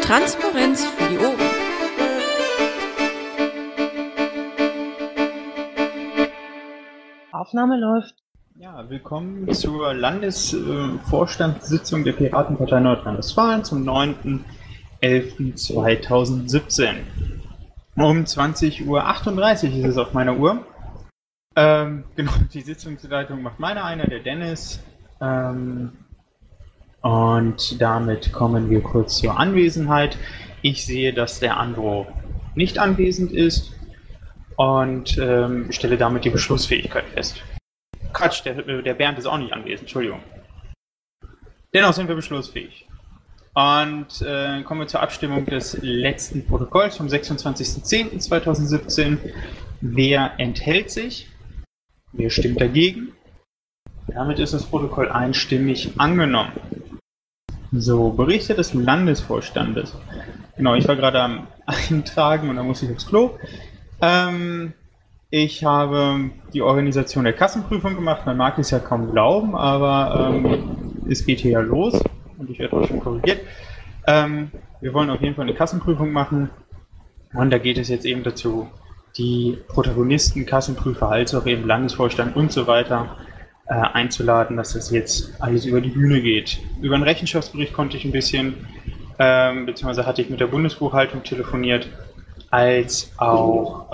Transparenz für die Ohren. Aufnahme läuft. Ja, willkommen zur Landesvorstandssitzung der Piratenpartei Nordrhein-Westfalen zum 9.11.2017. Um 20.38 Uhr ist es auf meiner Uhr. Genau, die Sitzungsleitung macht einer, der Dennis. Und damit kommen wir kurz zur Anwesenheit. Ich sehe, dass der Andro nicht anwesend ist und stelle damit die Beschlussfähigkeit fest. Quatsch, der Bernd ist auch nicht anwesend, Entschuldigung. Dennoch sind wir beschlussfähig. Und kommen wir zur Abstimmung des letzten Protokolls vom 26.10.2017. Wer enthält sich? Wer stimmt dagegen? Damit ist das Protokoll einstimmig angenommen. So, Berichte des Landesvorstandes. Genau, ich war gerade am Eintragen und dann musste ich aufs Klo. Ich habe die Organisation der Kassenprüfung gemacht. Man mag es ja kaum glauben, aber es geht hier ja los und ich werde auch schon korrigiert. Wir wollen auf jeden Fall eine Kassenprüfung machen und da geht es jetzt eben dazu, die Protagonisten, Kassenprüfer, als auch eben Landesvorstand und so weiter einzuladen, dass das jetzt alles über die Bühne geht. Über den Rechenschaftsbericht konnte ich ein bisschen, beziehungsweise hatte ich mit der Bundesbuchhaltung telefoniert, als auch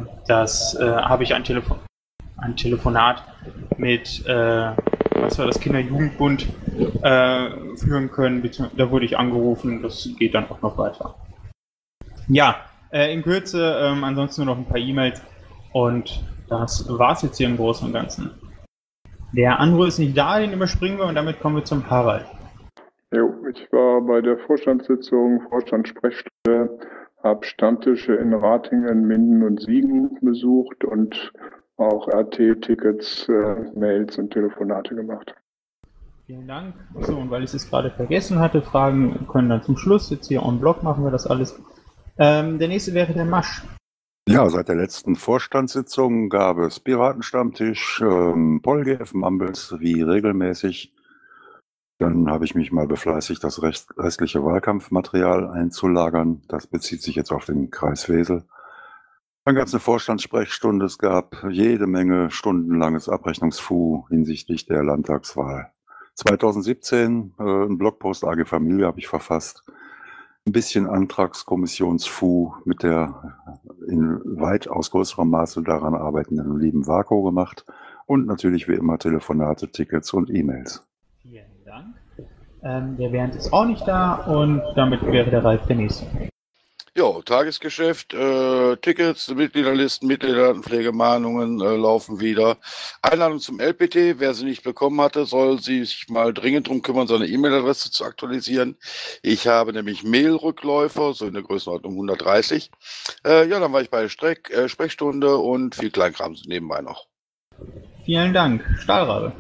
habe ich ein Telefonat mit, was war das, Kinder-Jugendbund führen können, da wurde ich angerufen, das geht dann auch noch weiter. Ja, in Kürze, ansonsten nur noch ein paar E-Mails und das war's jetzt hier im Großen und Ganzen. Der Andro ist nicht da, den überspringen wir und damit kommen wir zum Harald. Jo, ich war bei der Vorstandssitzung, Vorstandssprechstunde, habe Stammtische in Ratingen, Minden und Siegen besucht und auch RT-Tickets, Mails und Telefonate gemacht. Vielen Dank. So, und weil ich es gerade vergessen hatte, Fragen können dann zum Schluss. Jetzt hier on Block machen wir das alles. Der nächste wäre der Masch. Ja, seit der letzten Vorstandssitzung gab es Piratenstammtisch, Polgef, Mumbles wie regelmäßig. Dann habe ich mich mal befleißigt, das restliche Wahlkampfmaterial einzulagern. Das bezieht sich jetzt auf den Kreis Wesel. Dann gab es eine Vorstandssprechstunde. Es gab jede Menge stundenlanges Abrechnungsfu hinsichtlich der Landtagswahl. 2017 ein Blogpost AG Familie habe ich verfasst. Ein bisschen Antragskommissionsfu mit der in weitaus größerem Maße daran arbeitenden lieben Vako gemacht. Und natürlich wie immer Telefonate, Tickets und E-Mails. Vielen Dank. Der Bernd ist auch nicht da und damit wäre der Ralf der Nächste. Jo, Tagesgeschäft, Tickets, Mitgliederlisten, Mitgliederdatenpflegemahnungen laufen wieder. Einladung zum LPT, wer sie nicht bekommen hatte, soll sich mal dringend darum kümmern, seine E-Mail-Adresse zu aktualisieren. Ich habe nämlich Mail-Rückläufer, so in der Größenordnung 130. Dann war ich bei der Sprechstunde und viel Kleinkram nebenbei noch. Vielen Dank. Stahlrabe.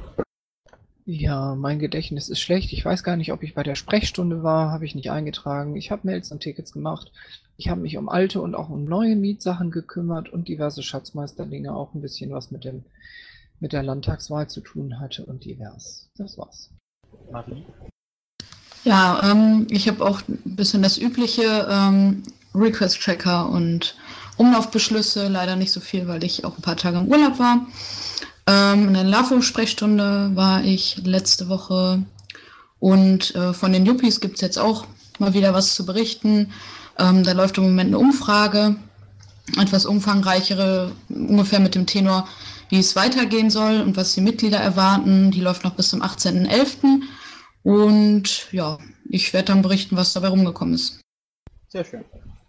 Ja, mein Gedächtnis ist schlecht. Ich weiß gar nicht, ob ich bei der Sprechstunde war, habe ich nicht eingetragen. Ich habe Mails und Tickets gemacht. Ich habe mich um alte und auch um neue Mietsachen gekümmert und diverse Schatzmeisterlinge, auch ein bisschen was mit der Landtagswahl zu tun hatte und divers. Das war's. Marie? Ja, ich habe auch ein bisschen das übliche Request-Tracker und Umlaufbeschlüsse, leider nicht so viel, weil ich auch ein paar Tage im Urlaub war. In der LAFO-Sprechstunde war ich letzte Woche und von den Yuppies gibt es jetzt auch mal wieder was zu berichten. Da läuft im Moment eine Umfrage, etwas umfangreichere, ungefähr mit dem Tenor, wie es weitergehen soll und was die Mitglieder erwarten. Die läuft noch bis zum 18.11. Und ja, ich werde dann berichten, was dabei rumgekommen ist. Sehr schön.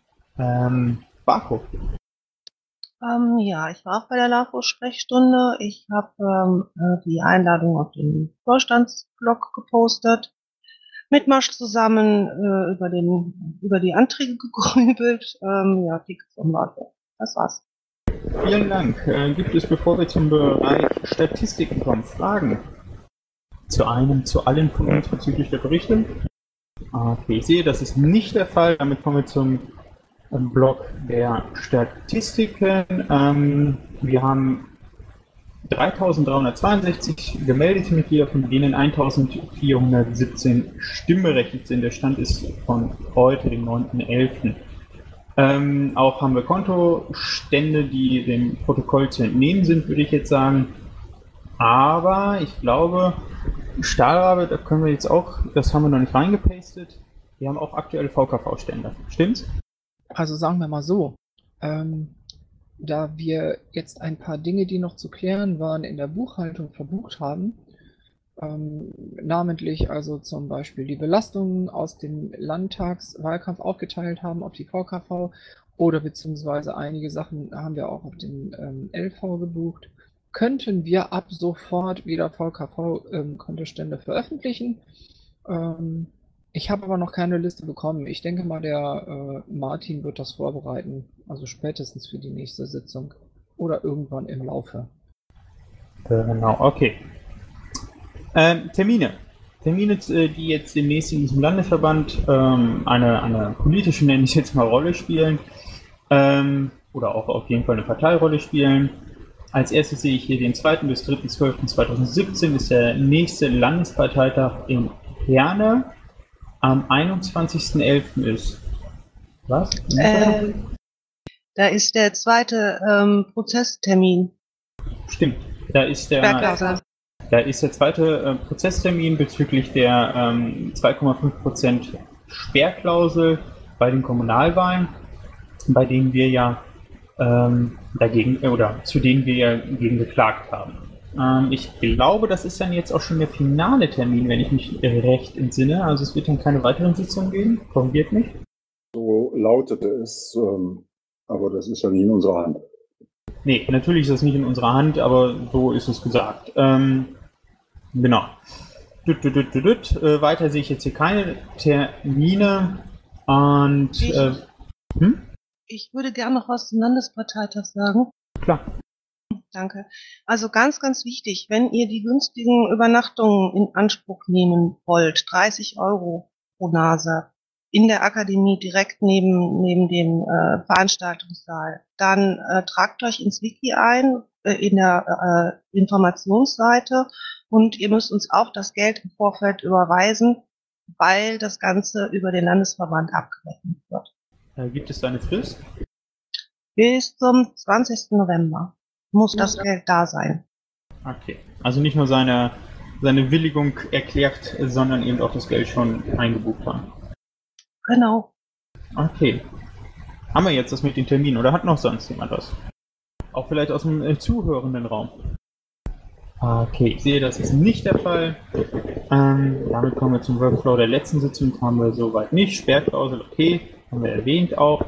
Vako. Ja, ich war auch bei der LAFO-Sprechstunde. Ich habe die Einladung auf den Vorstandsblog gepostet. Mit Masch zusammen über die Anträge gegrübelt. Tickets und Leute. Das war's. Vielen Dank. Gibt es, bevor wir zum Bereich Statistiken kommen, Fragen? Zu allen von uns bezüglich der Berichte? Okay, ich sehe, das ist nicht der Fall. Damit kommen wir zum Block der Statistiken. Wir haben 3.362 gemeldete Mitglieder, von denen 1.417 stimmberechtigt sind. Der Stand ist von heute, dem 9.11. Auch haben wir Kontostände, die dem Protokoll zu entnehmen sind, würde ich jetzt sagen. Aber ich glaube, Stahlrabe, da können wir jetzt auch, das haben wir noch nicht reingepastet. Wir haben auch aktuelle VKV-Stände. Stimmt's? Also sagen wir mal so, da wir jetzt ein paar Dinge, die noch zu klären waren, in der Buchhaltung verbucht haben, namentlich also zum Beispiel die Belastungen aus dem Landtagswahlkampf aufgeteilt haben auf die VKV oder beziehungsweise einige Sachen haben wir auch auf den LV gebucht, könnten wir ab sofort wieder VKV-Kontostände veröffentlichen. Ich habe aber noch keine Liste bekommen. Ich denke mal, der Martin wird das vorbereiten, also spätestens für die nächste Sitzung oder irgendwann im Laufe. Genau, okay. Termine, die jetzt demnächst in diesem Landesverband eine politische, nenne ich jetzt mal, Rolle spielen oder auch auf jeden Fall eine Parteirolle spielen. Als erstes sehe ich hier den 2. bis 3.12.2017 ist der nächste Landesparteitag in Herne. Am 21.11. ist was? Da ist der zweite Prozesstermin. Stimmt, da ist der zweite Prozesstermin bezüglich der 2,5% Sperrklausel bei den Kommunalwahlen, bei denen wir ja zu denen wir ja gegen geklagt haben. Ich glaube, das ist dann jetzt auch schon der finale Termin, wenn ich mich recht entsinne. Also es wird dann keine weiteren Sitzungen geben. Korrigiert mich. So lautete es, aber das ist ja nicht in unserer Hand. Nee, natürlich ist das nicht in unserer Hand, aber so ist es gesagt. Genau. Weiter sehe ich jetzt hier keine Termine. Und ich würde gerne noch was zum Landesparteitag sagen. Klar. Danke. Also ganz, ganz wichtig, wenn ihr die günstigen Übernachtungen in Anspruch nehmen wollt, 30 € pro Nase in der Akademie direkt neben dem Veranstaltungssaal, dann tragt euch ins Wiki ein, in der Informationsseite, und ihr müsst uns auch das Geld im Vorfeld überweisen, weil das Ganze über den Landesverband abgerechnet wird. Gibt es da eine Frist? Bis zum 20. November muss das Geld da sein. Okay, also nicht nur seine Willigung erklärt, sondern eben auch das Geld schon eingebucht haben. Genau. Okay. Haben wir jetzt das mit den Terminen oder hat noch sonst jemand was? Auch vielleicht aus dem zuhörenden Raum. Okay, ich sehe, das ist nicht der Fall. Damit kommen wir zum Workflow der letzten Sitzung. Haben wir soweit nicht. Sperrklausel, okay, haben wir erwähnt auch.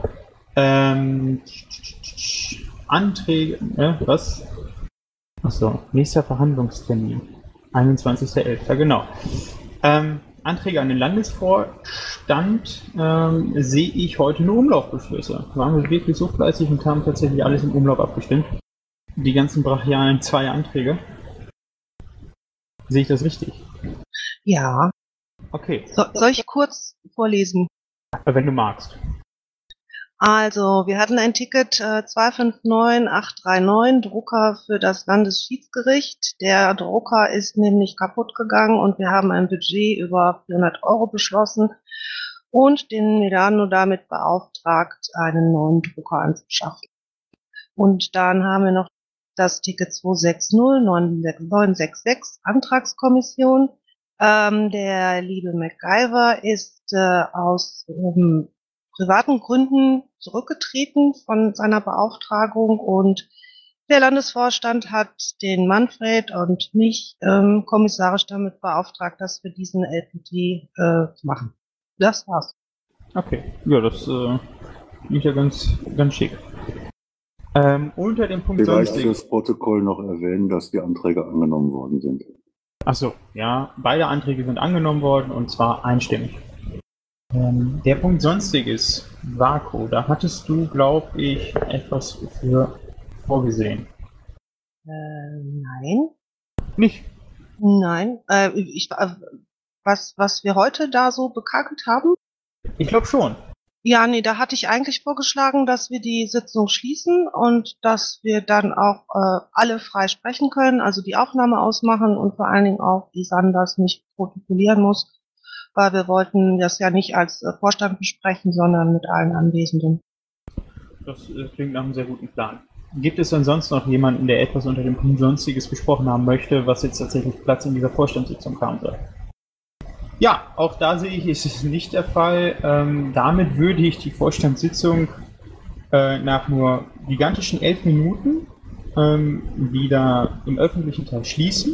Anträge, was? Achso, nächster Verhandlungstermin. 21.11., genau. Anträge an den Landesvorstand sehe ich heute nur Umlaufbeschlüsse. Waren wir wirklich so fleißig und haben tatsächlich alles im Umlauf abgestimmt? Die ganzen brachialen 2 Anträge. Sehe ich das richtig? Ja. Okay. Soll ich kurz vorlesen? Wenn du magst. Also, wir hatten ein Ticket 259839, Drucker für das Landesschiedsgericht. Der Drucker ist nämlich kaputt gegangen und wir haben ein Budget über 400 € beschlossen und den Milano damit beauftragt, einen neuen Drucker anzuschaffen. Und dann haben wir noch das Ticket 260966, Antragskommission. Der liebe MacGyver ist aus privaten Gründen zurückgetreten von seiner Beauftragung und der Landesvorstand hat den Manfred und mich kommissarisch damit beauftragt, dass wir diesen LPT machen. Das war's. Okay, ja, das klingt ja ganz schick. Unter dem Punkt Vielleicht Sonstige. fürs Protokoll noch erwähnen, dass die Anträge angenommen worden sind. Achso, ja, beide Anträge sind angenommen worden und zwar einstimmig. Der Punkt Sonstiges, Vaku, da hattest du, glaube ich, etwas für vorgesehen. Nein. Nicht? Nein. Was wir heute da so bekackelt haben? Ich glaube schon. Ja, nee, da hatte ich eigentlich vorgeschlagen, dass wir die Sitzung schließen und dass wir dann auch alle frei sprechen können, also die Aufnahme ausmachen und vor allen Dingen auch die Sanders nicht protokollieren muss, weil wir wollten das ja nicht als Vorstand besprechen, sondern mit allen Anwesenden. Das klingt nach einem sehr guten Plan. Gibt es denn sonst noch jemanden, der etwas unter dem Punkt Sonstiges besprochen haben möchte, was jetzt tatsächlich Platz in dieser Vorstandssitzung haben soll? Ja, auch da sehe ich, ist es nicht der Fall. Damit würde ich die Vorstandssitzung nach nur gigantischen 11 Minuten wieder im öffentlichen Teil schließen.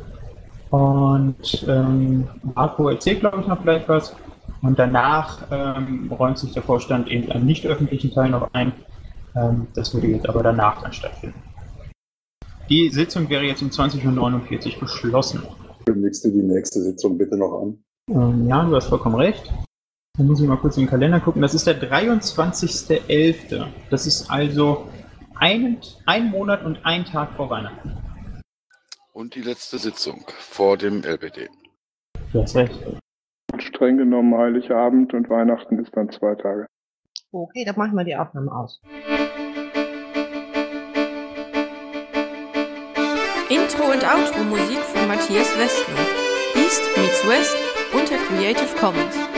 Und Marco erzählt, glaube ich, noch vielleicht was. Und danach räumt sich der Vorstand eben einen nicht öffentlichen Teil noch ein. Das würde jetzt aber danach dann stattfinden. Die Sitzung wäre jetzt um 20:49 Uhr geschlossen. Kündigst du die nächste Sitzung bitte noch an? Ja, du hast vollkommen recht. Dann muss ich mal kurz in den Kalender gucken. Das ist der 23.11. Das ist also ein Monat und ein Tag vor Weihnachten. Und die letzte Sitzung vor dem LPT. Du hast recht. Streng genommen Heiligabend und Weihnachten ist dann 2 Tage. Okay, dann machen wir die Aufnahme aus. Intro und Outro Musik von Matthias Westner. East meets West unter Creative Commons.